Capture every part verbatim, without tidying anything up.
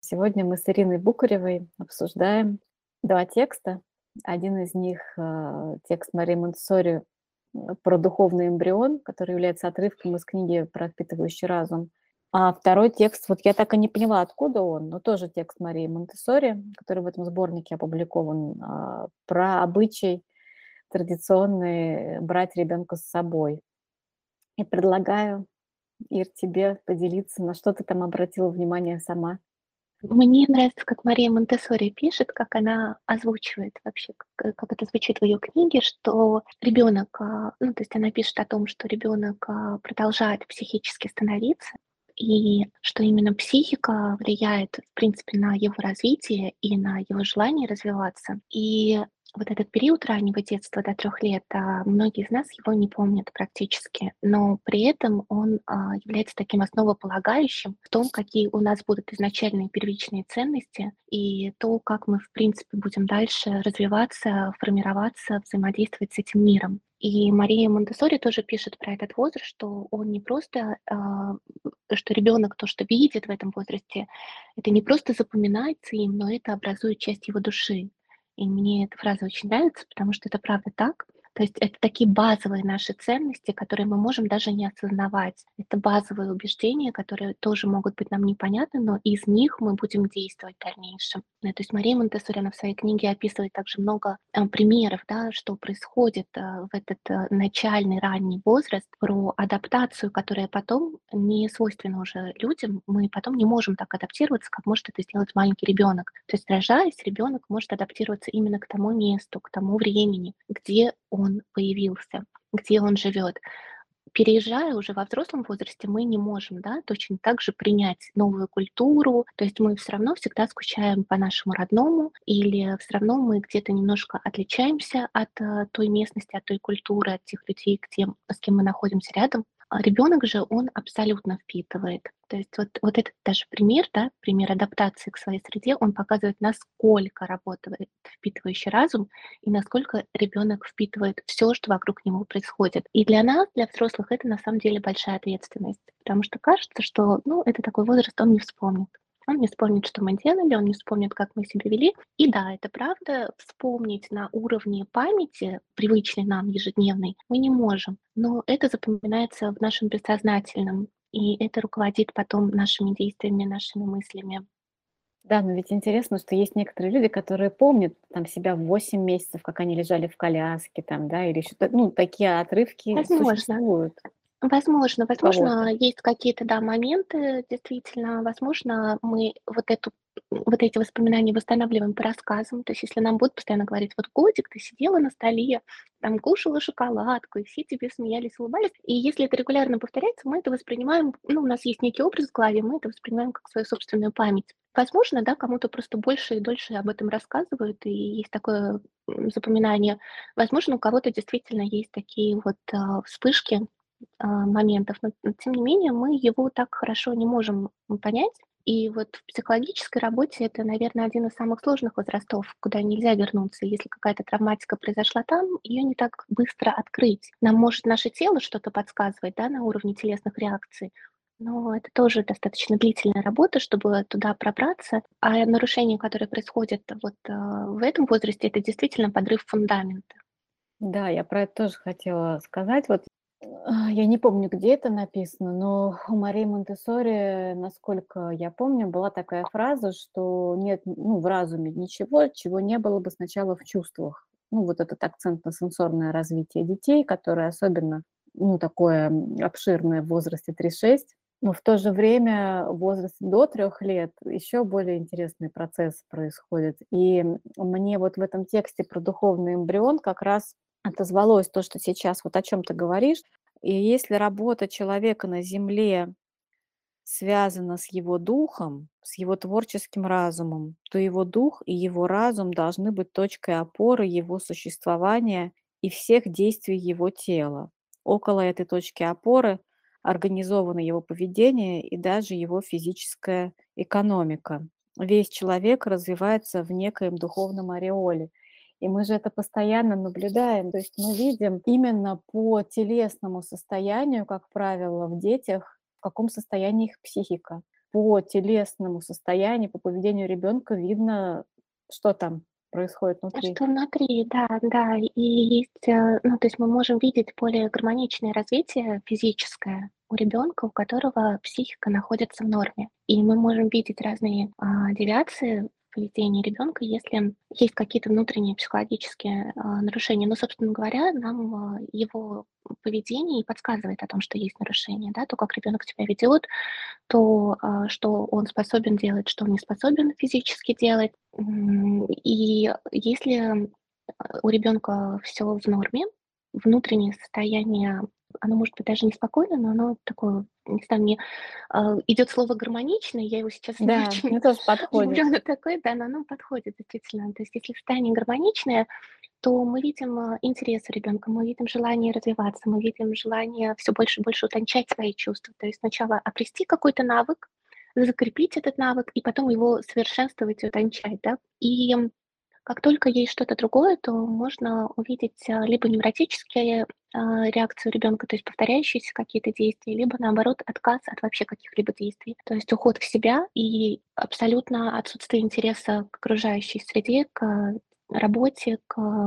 Сегодня мы с Ириной Букаревой обсуждаем два текста. Один из них, э, текст Марии Монтессори, м, про духовный эмбрион, который является отрывком из книги про впитывающий разум. А второй текст, вот я так и не поняла, откуда он, но тоже текст Марии Монтессори, который в этом сборнике опубликован, а, про обычай традиционный брать ребенка с собой. И предлагаю, Ир, тебе поделиться, на что ты там обратила внимание сама. Мне нравится, как Мария Монтессори пишет, как она озвучивает вообще, как, как это звучит в ее книге, что ребенок, а, ну, то есть она пишет о том, что ребенок а, продолжает психически становиться, и что именно психика влияет, в принципе, на его развитие и на его желание развиваться. И вот этот период раннего детства до трех лет, а, многие из нас его не помнят практически, но при этом он, а, является таким основополагающим в том, какие у нас будут изначальные первичные ценности и то, как мы, в принципе, будем дальше развиваться, формироваться, взаимодействовать с этим миром. И Мария Монтессори тоже пишет про этот возраст, что он не просто, а, что ребенок то, что видит в этом возрасте, это не просто запоминается им, но это образует часть его души. И мне эта фраза очень нравится, потому что это правда так. То есть это такие базовые наши ценности, которые мы можем даже не осознавать. Это базовые убеждения, которые тоже могут быть нам непонятны, но из них мы будем действовать в дальнейшем. Э, То есть Мария Монтессори, она в своей книге описывает также много э, примеров, да, что происходит э, в этот э, начальный ранний возраст, про адаптацию, которая потом не свойственна уже людям. Мы потом не можем так адаптироваться, как может это сделать маленький ребенок. То есть рожаясь, ребенок может адаптироваться именно к тому месту, к тому времени, где он появился, где он живет. Переезжая уже во взрослом возрасте, мы не можем, да, точно так же принять новую культуру. То есть мы все равно всегда скучаем по нашему родному, или все равно мы где-то немножко отличаемся от э, той местности, от той культуры, от тех людей, к тем, с кем мы находимся рядом. А ребенок же, он абсолютно впитывает. То есть вот, вот этот даже пример, да, пример адаптации к своей среде, он показывает, насколько работает впитывающий разум, и насколько ребенок впитывает все, что вокруг него происходит. И для нас, для взрослых, это на самом деле большая ответственность, потому что кажется, что, ну, это такой возраст, он не вспомнит. Он не вспомнит, что мы делали, он не вспомнит, как мы себя вели. И да, это правда, вспомнить на уровне памяти, привычной нам, ежедневной, мы не можем. Но это запоминается в нашем бессознательном, и это руководит потом нашими действиями, нашими мыслями. Да, но ведь интересно, что есть некоторые люди, которые помнят там себя в восемь месяцев, как они лежали в коляске там, да, или что-то, ну, такие отрывки Возможно. существуют Возможно, у кого-то. возможно, есть какие-то, да, моменты, действительно, возможно, мы вот эту вот эти воспоминания восстанавливаем по рассказам. То есть если нам будут постоянно говорить: "Вот годик ты сидела на столе, там кушала шоколадку, и все тебе смеялись, улыбались". И если это регулярно повторяется, мы это воспринимаем, ну, у нас есть некий образ в голове, мы это воспринимаем как свою собственную память. Возможно, да, кому-то просто больше и дольше об этом рассказывают, и есть такое, м, запоминание. Возможно, у кого-то действительно есть такие вот, а, вспышки, а, моментов, но но тем не менее мы его так хорошо не можем, м, понять. И вот в психологической работе это, наверное, один из самых сложных возрастов, куда нельзя вернуться. Если какая-то травматика произошла там, ее не так быстро открыть. Нам может наше тело что-то подсказывать, да, на уровне телесных реакций, но это тоже достаточно длительная работа, чтобы туда пробраться. А нарушения, которые происходят вот, а, в этом возрасте, это действительно подрыв фундамента. Да, я про это тоже хотела сказать. Вот, а, я не помню, где это написано, но у Марии Монтессори, насколько я помню, была такая фраза, что нет, ну, в разуме ничего, чего не было бы сначала в чувствах. Ну, вот этот акцент на сенсорное развитие детей, которое особенно, ну, такое, м, обширное в возрасте три-шесть. Но в то же время в возрасте до трех лет еще более интересный процесс происходит. И мне вот в этом тексте про духовный эмбрион как раз отозвалось то, что сейчас вот о чем ты говоришь. И если работа человека на Земле связана с его духом, с его творческим разумом, то его дух и его разум должны быть точкой опоры его существования и всех действий его тела. Около этой точки опоры организовано его поведение и даже его физическая экономика. Весь человек развивается в некоем духовном ореоле. И мы же это постоянно наблюдаем. То есть мы видим именно по телесному состоянию, как правило, в детях, в каком состоянии их психика. по телесному состоянию, по поведению ребенка видно, что там происходит А внутри. что внутри, да, да. И есть, э, ну, то есть мы можем видеть более гармоничное развитие физическое у ребенка, у которого психика находится в норме. И мы можем видеть разные, а, девиации в поведении ребенка, если есть какие-то внутренние психологические, а, нарушения. Но, собственно говоря, нам, а, его поведение и подсказывает о том, что есть нарушение, да. То, как ребенок себя ведет, то, а, что он способен делать, что он не способен физически делать. М, и если, а, у ребенка все в норме, внутреннее состояние, оно может быть даже неспокойно, но оно такое, не знаю, мне, а, идёт слово "гармоничное", я его сейчас не Да, очень мне тоже люблю, подходит. оно такое, да, но оно подходит действительно. То есть если состояние гармоничное, то мы видим, а, интерес у ребенка, мы видим желание развиваться, мы видим желание все больше и больше утончать свои чувства. То есть сначала обрести какой-то навык, закрепить этот навык и потом его совершенствовать и утончать, да. И как только есть что-то другое, то можно увидеть, а, либо невротические, а, реакции у ребенка, то есть повторяющиеся какие-то действия, либо, наоборот, отказ от вообще каких-либо действий. То есть уход в себя и абсолютно отсутствие интереса к окружающей среде, к работе, к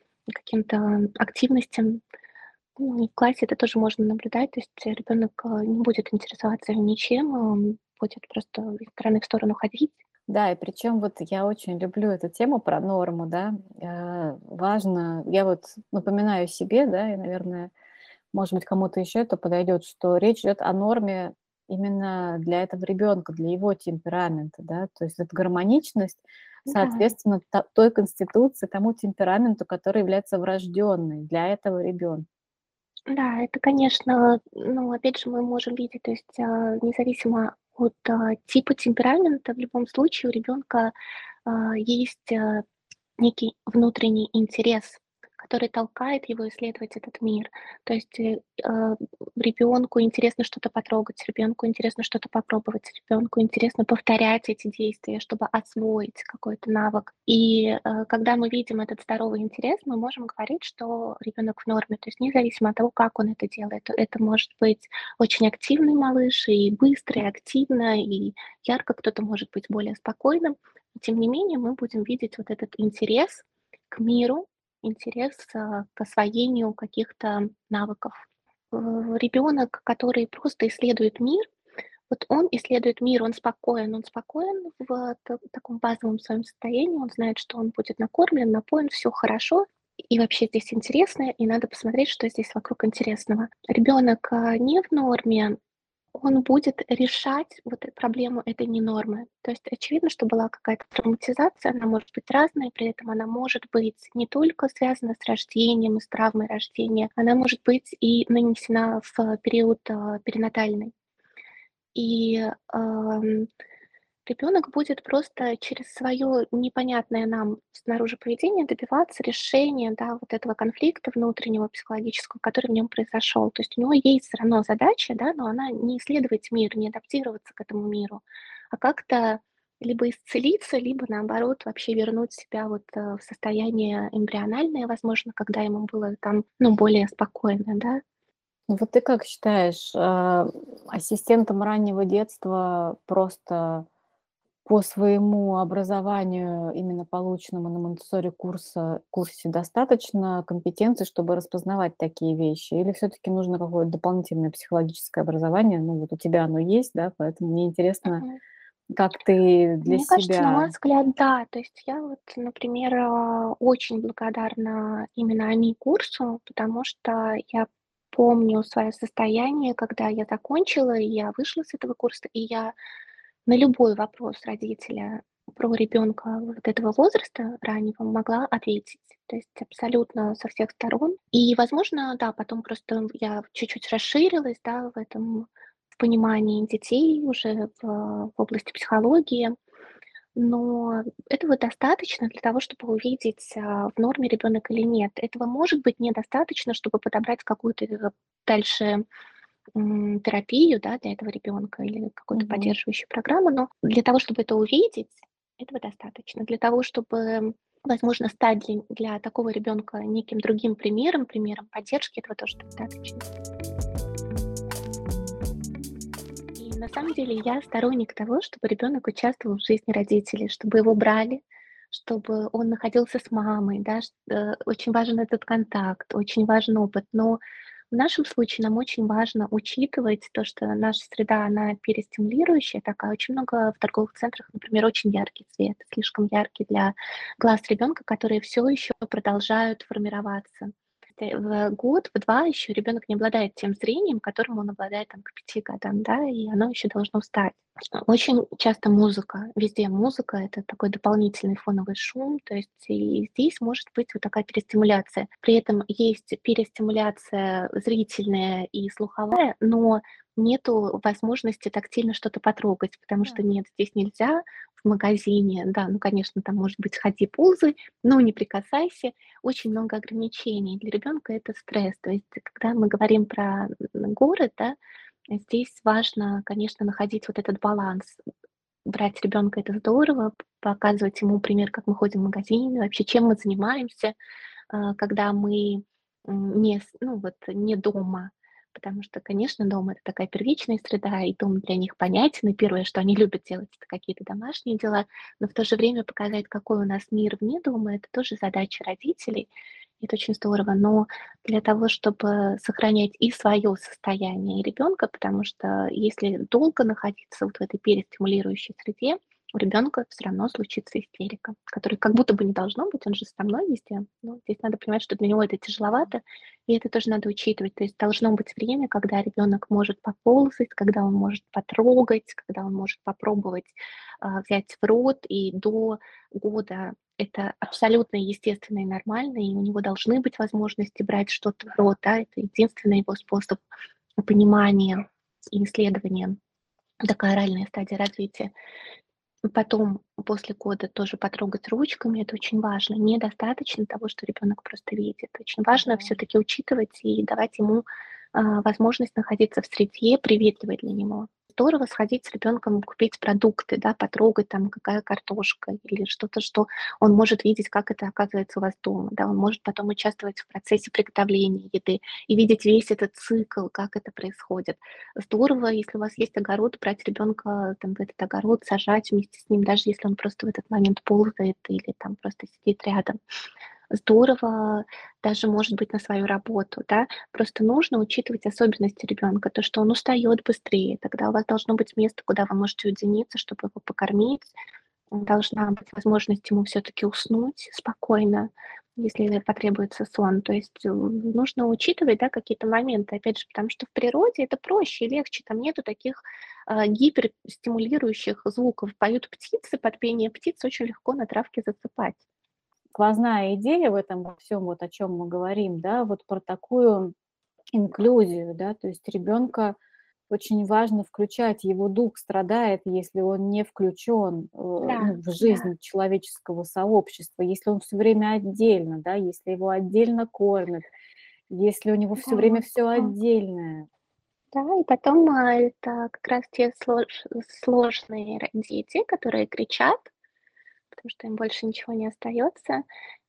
каким-то активностям. Ну, и в классе это тоже можно наблюдать. То есть ребенок, а, не будет интересоваться ничем, он будет просто из стороны в сторону ходить. Да, и причем вот я очень люблю эту тему про норму, да. Э, важно, я вот напоминаю себе, да, и, наверное, может быть, кому-то еще это подойдет, что речь идет о норме именно для этого ребенка, для его темперамента, да. То есть это гармоничность, Да. соответственно, та- той конституции, тому темпераменту, который является врожденной для этого ребенка. Да, это, конечно, ну, опять же, мы можем видеть, то есть, а, независимо от, а, типа темперамента, в любом случае у ребенка, а, есть, а, некий внутренний интерес, который толкает его исследовать этот мир. То есть, э, а, ребенку интересно что-то потрогать, ребенку интересно что-то попробовать, ребенку интересно повторять эти действия, чтобы освоить какой-то навык. И, э, когда мы видим этот здоровый интерес, мы можем говорить, что ребенок в норме. То есть независимо от того, как он это делает. Это может быть очень активный малыш, и быстро, и активно, и ярко, кто-то может быть более спокойным. Тем не менее, мы будем видеть вот этот интерес к миру, интерес, а, к освоению каких-то навыков. Э, Ребенок, который просто исследует мир, вот он исследует мир, он спокоен, он спокоен в та- таком базовом своем состоянии, он знает, что он будет накормлен, напоен, все хорошо, и вообще здесь интересно, и надо посмотреть, что здесь вокруг интересного. Ребенок а, не в норме, он будет решать вот эту проблему этой ненормы. То есть очевидно, что была какая-то травматизация, она может быть разной, при этом она может быть не только связана с рождением и с травмой рождения, она может быть и нанесена в период а, перинатальный. И ам, ребенок будет просто через свое непонятное нам снаружи поведение добиваться решения, да, вот этого конфликта внутреннего психологического, который в нем произошел. То есть у него есть все равно задача, да, но она не исследовать мир, не адаптироваться к этому миру, а как-то либо исцелиться, либо наоборот вообще вернуть себя вот э, в состояние эмбриональное, возможно, когда ему было там, ну, более спокойно, да. Ну, вот ты как считаешь, а, ассистентам раннего детства просто по своему образованию, именно полученному на Монтессори курса курсе, достаточно компетенций, чтобы распознавать такие вещи? Или все таки нужно какое-то дополнительное психологическое образование? Ну, вот у тебя оно есть, да, поэтому мне интересно, Мгм. как ты для Мне кажется, на мой себя. взгляд, да. То есть я вот, например, а, очень благодарна именно АМИ-курсу, потому что я помню свое состояние, когда я закончила, и я вышла с этого курса, и я на любой вопрос родителя про ребенка вот этого возраста раннего могла ответить. То есть абсолютно со всех сторон. И, возможно, да, потом просто я чуть-чуть расширилась, да, в этом в понимании детей уже в, в области психологии. Но этого достаточно для того, чтобы увидеть, а, в норме ребенок или нет. Этого может быть недостаточно, чтобы подобрать какую-то э, дальше м, терапию, да, для этого ребенка или какую-то Мгм. поддерживающую программу. Но для того, чтобы это увидеть, этого достаточно. Для того, чтобы, возможно, стать для, для такого ребенка неким другим примером, примером поддержки, этого тоже достаточно. И на самом деле я сторонник того, чтобы ребенок участвовал в жизни родителей, чтобы его брали, чтобы он находился с мамой, да, ш э, очень важен этот контакт, очень важен опыт. Но в нашем случае нам очень важно учитывать то, что наша среда, она перестимулирующая такая. Очень много в торговых центрах, например, очень яркий цвет, слишком яркий для глаз ребенка, которые все еще продолжают формироваться. Э, в год, в два еще ребенок не обладает тем зрением, которым он обладает там к пяти годам, да, и оно еще должно встать. Очень часто музыка, везде музыка — это такой дополнительный фоновый шум, то есть и здесь может быть вот такая перестимуляция. При этом есть перестимуляция зрительная и слуховая, но нету возможности тактильно что-то потрогать, потому что Да. нет, здесь нельзя в магазине, да, ну, конечно, там может быть ходи, ползай, но не прикасайся. Очень много ограничений. Для ребенка это стресс. То есть, когда мы говорим про м, город, да, здесь важно, конечно, находить вот этот баланс. Брать ребенка — это здорово, п показывать ему пример, как мы ходим в магазин, вообще, чем мы занимаемся, а, когда мы, м, не с ну, вот не дома. Потому что, конечно, дом — это такая первичная среда, и дом для них понятен, и первое, что они любят делать — это какие-то домашние дела. Но в то же время показать, какой у нас мир вне дома — это тоже задача родителей. И это очень здорово. Но для того, чтобы сохранять и свое состояние, и ребенка, потому что если долго находиться вот в этой перестимулирующей среде, у ребенка все равно случится истерика, которой как будто бы не должно быть, он же со мной везде. Но здесь надо понимать, что для него это тяжеловато, и это тоже надо учитывать. То есть должно быть время, когда ребенок может поползать, когда он может потрогать, когда он может попробовать а, взять в рот, и до года это абсолютно естественно и нормально, и у него должны быть возможности брать что-то в рот, да, это единственный его способ понимания и исследования, такая оральная стадия развития. Потом, после года, тоже потрогать ручками — это очень важно. Недостаточно того, что ребенок просто видит. Очень важно Да. все-таки учитывать и давать ему а, возможность находиться в среде, приветливой для него. Здорово сходить с ребенком, купить продукты, да, потрогать там, какая картошка или что-то, что он может видеть, как это оказывается у вас дома. Да, он может потом участвовать в процессе приготовления еды и видеть весь этот цикл, как это происходит. Здорово, если у вас есть огород, брать ребенка там в этот огород, сажать вместе с ним, даже если он просто в этот момент ползает или там просто сидит рядом. Здорово, даже, может быть, на свою работу, да. Просто нужно учитывать особенности ребенка, то, что он устает быстрее. Тогда у вас должно быть место, куда вы можете уединиться, чтобы его покормить. Должна быть возможность ему все-таки уснуть спокойно, если потребуется сон. То есть э, нужно учитывать, да, какие-то моменты, опять же, потому что в природе это проще и легче, там нету таких а, гиперстимулирующих звуков. Поют птицы, под пение птиц очень легко на травке засыпать. Сквозная идея в этом во всем, вот о чем мы говорим, да, вот про такую инклюзию, да, то есть ребенка очень важно включать, его дух страдает, если он не включен, э, Да, ну, в да, жизнь человеческого сообщества, если он все время отдельно, да, если его отдельно кормят, если у него все да, время все да. отдельное. Да, и потом а, это как раз те слож- сложные ро- дети, которые кричат, потому что им больше ничего не остается.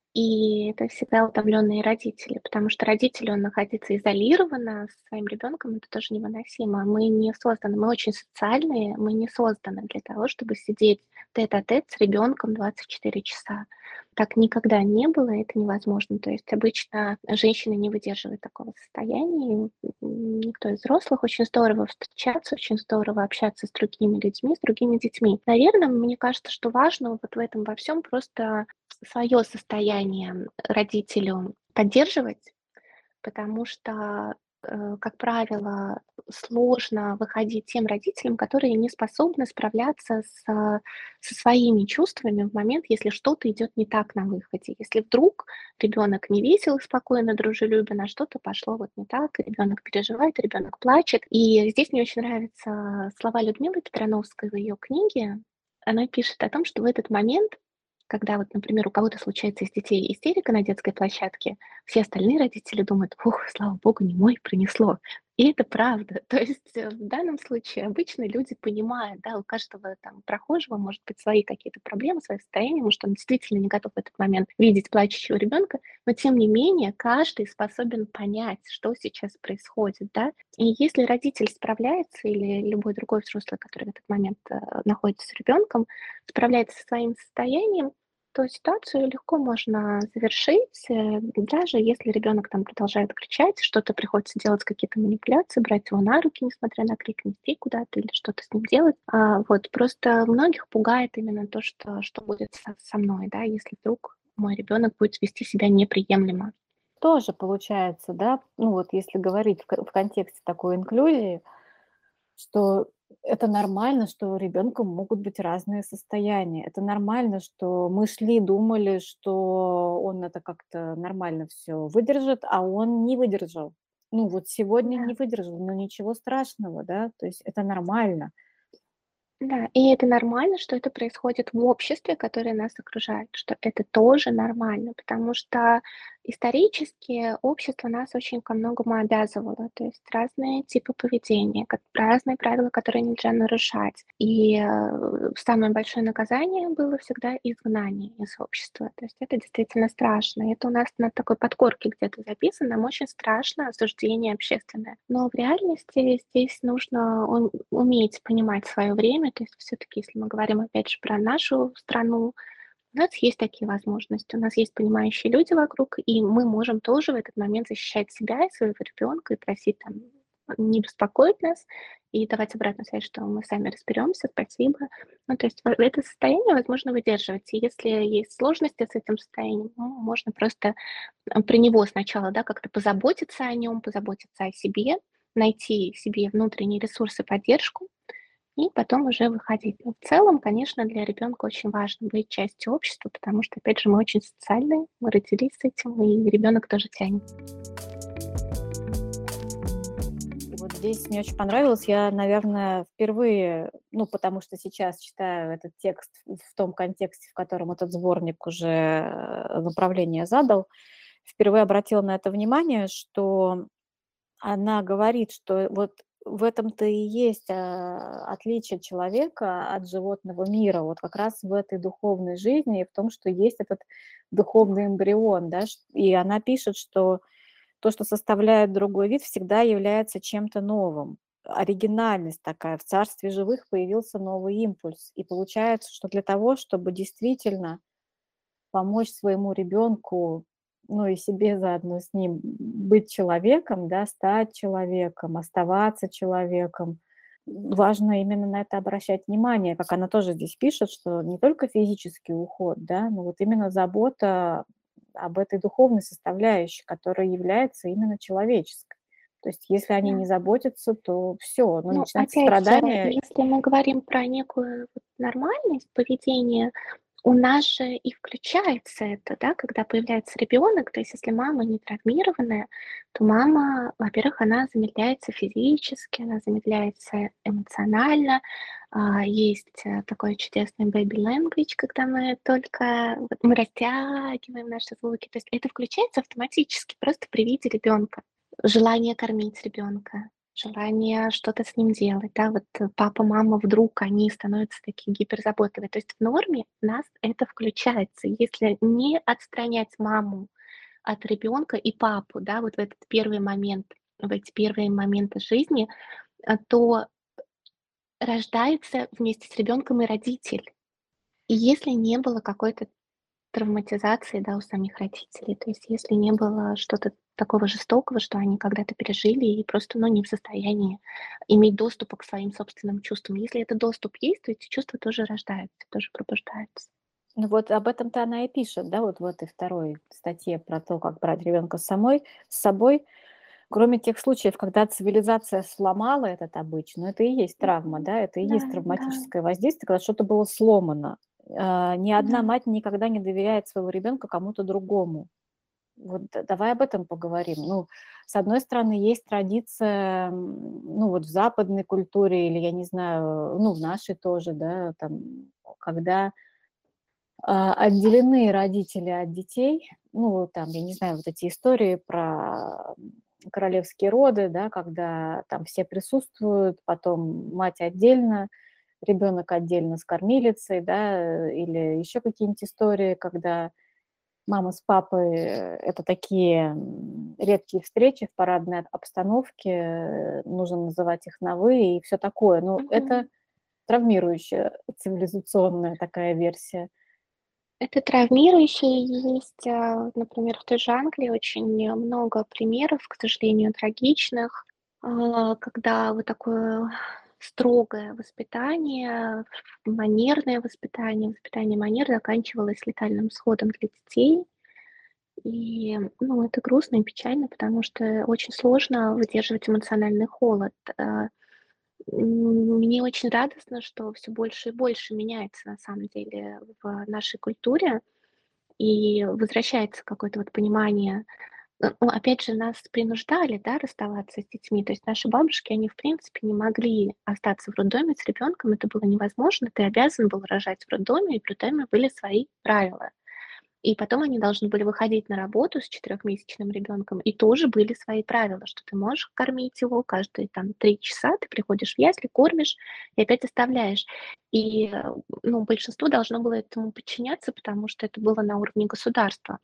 И это всегда утомленные родители, потому что родителю находиться изолированно со своим ребенком — это тоже невыносимо. Мы не созданы, мы очень социальные, мы не созданы для того, чтобы сидеть тет-а-тет с ребенком двадцать четыре часа. Так никогда не было, это невозможно. То есть обычно женщины не выдерживают такого состояния. М, Никто из взрослых. Очень здорово встречаться, очень здорово общаться с другими людьми, с другими детьми. Наверное, мне кажется, что важно вот в этом во всем просто свое состояние родителю поддерживать, потому что, э, как правило, сложно выходить тем родителям, которые не способны справляться с со своими чувствами в момент, если что-то идет не так на выходе. Если вдруг ребенок не весел, спокойно, дружелюбен, а что-то пошло вот не так, и ребенок переживает, ребенок плачет. И здесь мне очень нравятся слова Людмилы Петрановской в ее книге. Она пишет о том, что в этот момент, когда вот, например, у кого-то случается из детей истерика на детской площадке, все остальные родители думают: "Ух, слава богу, не мой, пронесло". И это правда. То есть, э, в данном случае обычно люди понимают, да, у каждого там прохожего может быть свои какие-то проблемы, свои состояния, может, он действительно не готов в этот момент видеть плачущего ребенка, но тем не менее каждый способен понять, что сейчас происходит, да. И если родитель справляется или любой другой взрослый, который в этот момент э, находится с ребенком, справляется со своим состоянием, то ситуацию легко можно завершить, э, даже если ребенок там продолжает кричать, что-то приходится делать, какие-то манипуляции, брать его на руки, несмотря на крик, нести куда-то или что-то с ним делать. А, вот просто многих пугает именно то, что что будет со, со мной, да, если вдруг мой ребенок будет вести себя неприемлемо. Тоже получается, да, ну вот если говорить в ко в контексте такой инклюзии, что это нормально, что у ребенка могут быть разные состояния. Это нормально, что мы шли, думали, что он это как-то нормально все выдержит, а он не выдержал. Ну вот сегодня Да. не выдержал, но ничего страшного, да, то есть это нормально. Да, и это нормально, что это происходит в обществе, которое нас окружает, что это тоже нормально, потому что исторически общество нас очень ко многому обязывало, то есть разные типы поведения, как разные правила, которые нельзя нарушать. И э, самое большое наказание было всегда изгнание из общества. То есть это действительно страшно. Это у нас на такой подкорке где-то записано, нам очень страшно осуждение общественное. Но в реальности здесь нужно ум- уметь понимать свое время. То есть все-таки, если мы говорим опять же про нашу страну, у нас есть такие возможности, у нас есть понимающие люди вокруг, и мы можем тоже в этот момент защищать себя и своего ребенка и просить там не беспокоить нас и давать обратную связь, что мы сами разберемся, спасибо. Ну, то есть в- это состояние возможно выдерживать. И если есть сложности с этим состоянием, ну, можно просто а, про него сначала, да, как-то позаботиться о нем, позаботиться о себе, найти себе внутренние ресурсы, поддержку, и потом уже выходить. Но в целом, конечно, для ребенка очень важно быть частью общества, потому что, опять же, мы очень социальные, мы родились с этим, и ребенок тоже тянет. И вот здесь мне очень понравилось. Я, наверное, впервые, ну, потому что сейчас читаю этот текст в в том контексте, в котором этот сборник уже э, направление задал, впервые обратила на это внимание, что она говорит, что вот в этом-то и есть, а, отличие человека от животного мира, вот как раз в этой духовной жизни и в том, что есть этот духовный эмбрион, да. Ш И она пишет, что то, что составляет другой вид, всегда является чем-то новым. Оригинальность такая. В царстве живых появился новый импульс. И получается, что для того, чтобы действительно помочь своему ребенку, ну и себе заодно с ним быть человеком, да, стать человеком, оставаться человеком. Важно именно на это обращать внимание, как она тоже здесь пишет, что не только физический уход, да, но вот именно забота об этой духовной составляющей, которая является именно человеческой. То есть если они не Да. заботятся, то все, ну, Ну, начинается опять же, страдание. если мы говорим про некую вот нормальность поведения, у нас же и включается это, да, когда появляется ребенок. То есть, если мама не травмированная, то мама, во-первых, она замедляется физически, она замедляется эмоционально. А, есть э, такой чудесный baby language, когда мы только вот мы растягиваем наши звуки. То есть это включается автоматически просто при виде ребенка. Желание кормить ребенка, желание что-то с ним делать, да, вот э, папа, мама вдруг они становятся такие гиперзаботливые. То есть в норме в нас это включается. Если не отстранять маму от ребенка и папу, да, вот в этот первый момент, в эти первые моменты жизни, а, то рождается вместе с ребенком и родитель. И если не было какой-то травматизации, да, у самих родителей. То есть если не было что-то такого жестокого, что они когда-то пережили и просто, ну, не в состоянии иметь доступа к своим собственным чувствам. Если этот доступ есть, то эти чувства тоже рождаются, тоже пробуждаются. Ну вот об этом-то она и пишет, да, вот в этой второй статье про то, как брать ребенка с самой с собой. Кроме тех случаев, когда цивилизация сломала этот обычай, но это и есть травма, Мгм. да, это и Да, есть да, травматическое воздействие, когда что-то было сломано. А, ни одна да. мать никогда не доверяет своего ребенка кому-то другому. Вот д давай об этом поговорим. Ну, с одной стороны, есть традиция, м, ну, вот в западной культуре или, я не знаю, ну, в нашей тоже, да, там, когда а, отделены родители от детей. Ну, вот там, я не знаю, вот эти истории про королевские роды, да, когда там все присутствуют, потом мать отдельно, ребенок отдельно с кормилицей, да, или еще какие-нибудь истории, когда мама с папой, э, это такие м, редкие встречи в парадной обстановке, э, нужно называть их на «вы» и все такое. Ну, это Мгм. травмирующая цивилизационная такая версия. Это травмирующее. Есть, а, например, в той же Англии очень много примеров, к сожалению, трагичных, а, когда вот такое строгое воспитание, манерное воспитание, воспитание манер заканчивалось летальным исходом для детей. И, ну, это грустно и печально, потому что очень сложно выдерживать эмоциональный холод. А, м, Мне очень радостно, что все больше и больше меняется на самом деле в нашей культуре, и возвращается какое-то вот понимание. Э, ну, опять же, нас принуждали, да, расставаться с детьми. То есть наши бабушки, они, в принципе, не могли остаться в роддоме с ребенком. Это было невозможно. Ты обязан был рожать в роддоме, и в роддоме были свои правила. И потом они должны были выходить на работу с четырехмесячным ребенком, и тоже были свои правила, что ты можешь кормить его каждые там три часа, ты приходишь в ясли, кормишь и опять оставляешь. И, э, ну, большинство должно было этому подчиняться, потому что это было на уровне государства.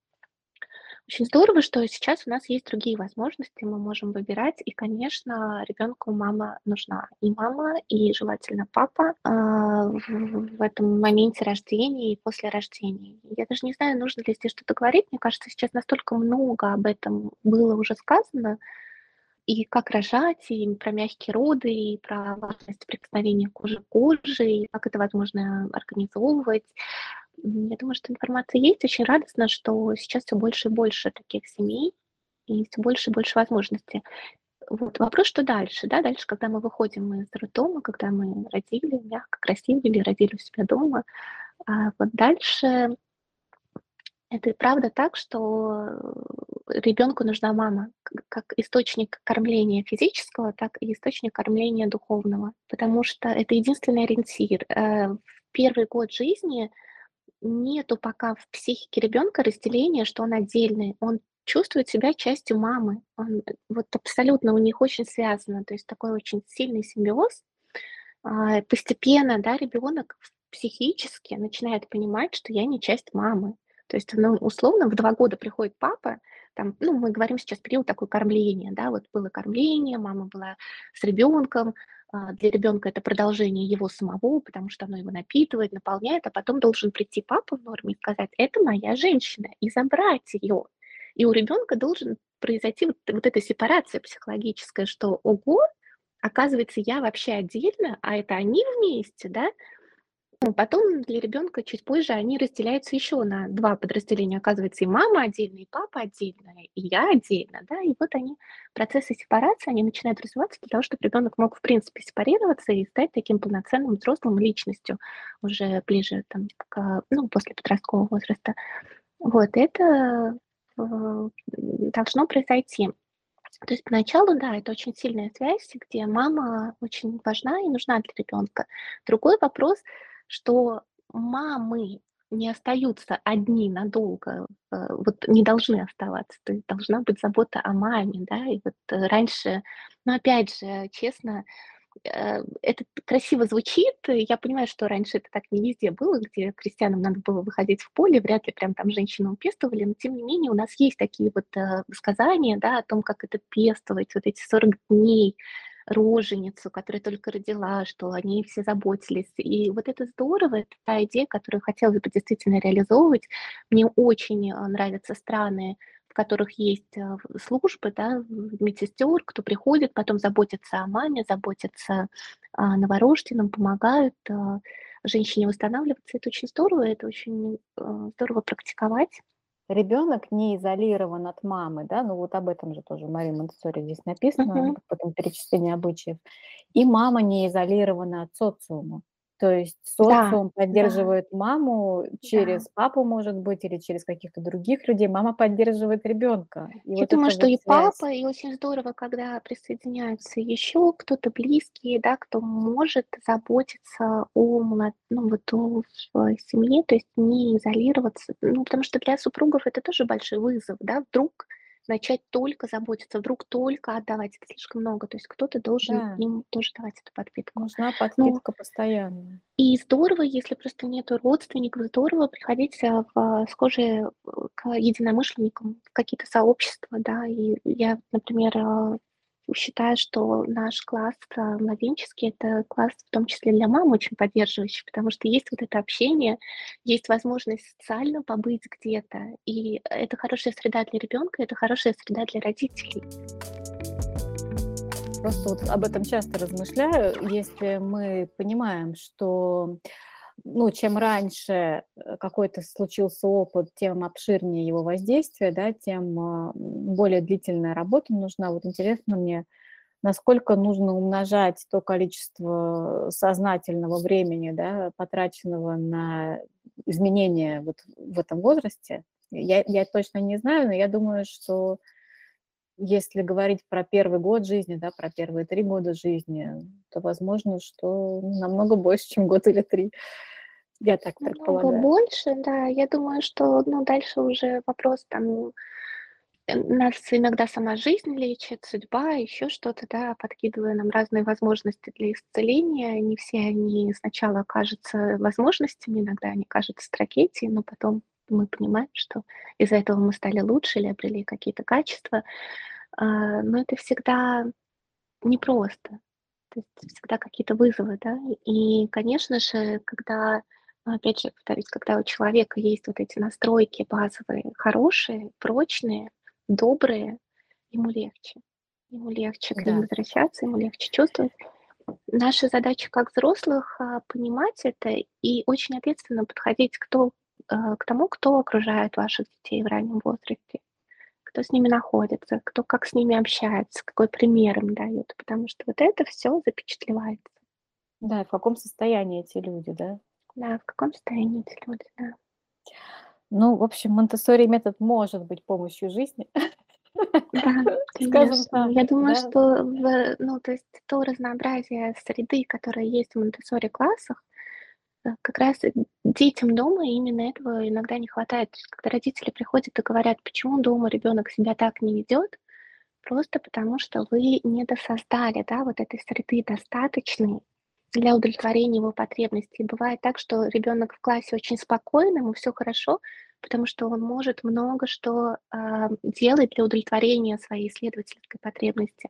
Очень здорово, что сейчас у нас есть другие возможности, мы можем выбирать. И, конечно, ребенку мама нужна. И мама, и желательно папа а, в, в этом моменте рождения и после рождения. Я даже не знаю, нужно ли здесь что-то говорить. Мне кажется, сейчас настолько много об этом было уже сказано. И как рожать, и про мягкие роды, и про важность прикосновения кожи к коже, и как это возможно организовывать. М, я думаю, что информация есть. Очень радостно, что сейчас все больше и больше таких семей, и все больше и больше возможностей. Вот вопрос, что дальше, да? Дальше, когда мы выходим из роддома, когда мы родили мягко, красиво или родили у себя дома, а, вот дальше это и правда так, что, ребенку нужна мама к как источник кормления физического, так и источник кормления духовного, потому что это единственный ориентир. Э, в первый год жизни нету пока в психике ребенка разделения, что он отдельный. Он чувствует себя частью мамы. Он, э, вот абсолютно у них очень связано. То есть такой очень сильный симбиоз. А, постепенно, да, ребенок психически начинает понимать, что я не часть мамы. То есть, ну, условно, в два года приходит папа, там, ну, мы говорим сейчас период такой кормления, да, вот было кормление, мама была с ребенком, а, для ребенка это продолжение его самого, потому что оно его напитывает, наполняет, а потом должен прийти папа в норме и сказать: "Это моя женщина", и забрать ее. И у ребенка должен произойти вот, вот эта сепарация психологическая, что ого, оказывается, я вообще отдельно, а это они вместе, да. Ну, потом для ребенка чуть позже они разделяются еще на два подразделения. Оказывается, и мама отдельно, и папа отдельно, и я отдельно, да. И вот они, процессы сепарации, они начинают развиваться для того, чтобы ребенок мог, в принципе, сепарироваться и стать таким полноценным взрослым личностью уже ближе там к, ну, после подросткового возраста. Вот это, э, должно произойти. То есть поначалу, да, это очень сильная связь, где мама очень важна и нужна для ребенка. Другой вопрос, что мамы не остаются одни надолго, э, вот не должны оставаться, то есть должна быть забота о маме, да, и вот э, раньше, но опять же, честно, Э, это красиво звучит. И я понимаю, что раньше это так не везде было, где крестьянам надо было выходить в поле, вряд ли прям там женщину пестовали, но тем не менее у нас есть такие вот, э, сказания, да, о том, как это пестовать, вот эти сорок дней роженицу, которая только родила, что о ней все заботились. И вот это здорово, это та идея, которую хотелось бы действительно реализовывать. Мне очень, э, нравятся страны, в которых есть, э, в службы, да, в медсестер, кто приходит, потом заботится о маме, заботится о новорожденном, помогают, а, женщине восстанавливаться. Это очень здорово, это очень, э, здорово практиковать. Ребенок не изолирован от мамы, да, ну вот об этом же тоже Мария Монтессори здесь написано, Мгм. в этом перечислении обычаев. И мама не изолирована от социума. То есть Да, социум да, поддерживает маму да. через папу, может быть, или через каких-то других людей. Мама поддерживает ребенка. И Я вот думаю, эта что вот и связь. папа, и очень здорово, когда присоединяются еще кто-то близкий, да, кто может заботиться о млад ну, вот о в семье, то есть не изолироваться. Ну, потому что для супругов это тоже большой вызов, да. Вдруг начать только заботиться, вдруг только отдавать, это слишком много. То есть кто-то должен Да, им тоже давать эту подпитку. нужна Ну, подпитка постоянная. и здорово, если просто нету родственников, здорово приходить, а, в схожие, э, к единомышленникам, в какие-то сообщества, да. И я, например, а, считаю, что наш класс, а, младенческий — это класс в том числе для мам очень поддерживающий, потому что есть вот это общение, есть возможность социально побыть где-то, и это хорошая среда для ребенка, это хорошая среда для родителей. Просто вот об этом часто размышляю. Если мы понимаем, что, ну, чем раньше, э, какой-то случился опыт, тем обширнее его воздействие, да, тем, а, м, более длительная работа нужна. Вот интересно мне, насколько нужно умножать то количество сознательного времени, да, потраченного на изменения вот в этом возрасте. Я я точно не знаю, но я думаю, что если говорить про первый год жизни, да, про первые три года жизни, то возможно, что намного больше, чем год или три. Я так Намного предполагаю. больше, да. Я думаю, что, ну, дальше уже вопрос там, э, нас иногда сама жизнь лечит, судьба, еще что-то, да, подкидывая нам разные возможности для исцеления. Не все они сначала кажутся возможностями, иногда они кажутся трагедией, но потом мы понимаем, что из-за этого мы стали лучше или обрели какие-то качества. А, но это всегда непросто. То есть всегда какие-то вызовы, да. И, конечно же, когда, ну, опять же, повторюсь, когда у человека есть вот эти настройки базовые, хорошие, прочные, добрые, ему легче. Ему легче к ним Да, возвращаться, ему легче чувствовать. Наша задача как взрослых а, понимать это и очень ответственно подходить кто, а, к тому, кто окружает ваших детей в раннем возрасте, кто с ними находится, кто как с ними общается, какой пример им дает, потому что вот это все запечатлевается. да, и в каком состоянии эти люди, да? Да, в каком состоянии эти люди, да. Ну, в общем, Монтессори метод может быть помощью жизни, Да, скажем конечно. так, Я думаю, да. что в ну, то есть то разнообразие среды, которое есть в Монтессори-классах, э, как раз, э, детям дома именно этого иногда не хватает. То есть когда родители приходят и говорят: "Почему дома ребенок себя так не ведет?" Просто потому, что вы не досоздали, да, вот этой среды достаточной для удовлетворения его потребностей. Бывает так, что ребенок в классе очень спокойный, ему все хорошо, потому что он может много что, а, делать для удовлетворения своей исследовательской потребности.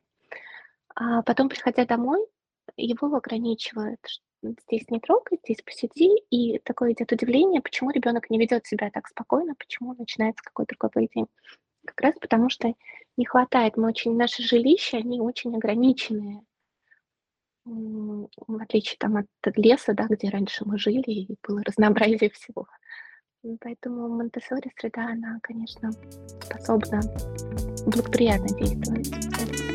А потом, приходя домой, его ограничивают: ш "Здесь не трогай, здесь посиди". И такое идет удивление, почему ребенок не ведет себя так спокойно, почему начинается какое-то другое поведение. Как раз потому, что не хватает. Мы очень наши жилища, они очень ограниченные, м, в отличие там от леса, да, где раньше мы жили и было разнообразие всего. М, поэтому Монтессори среда, она, конечно, способна благоприятно действовать.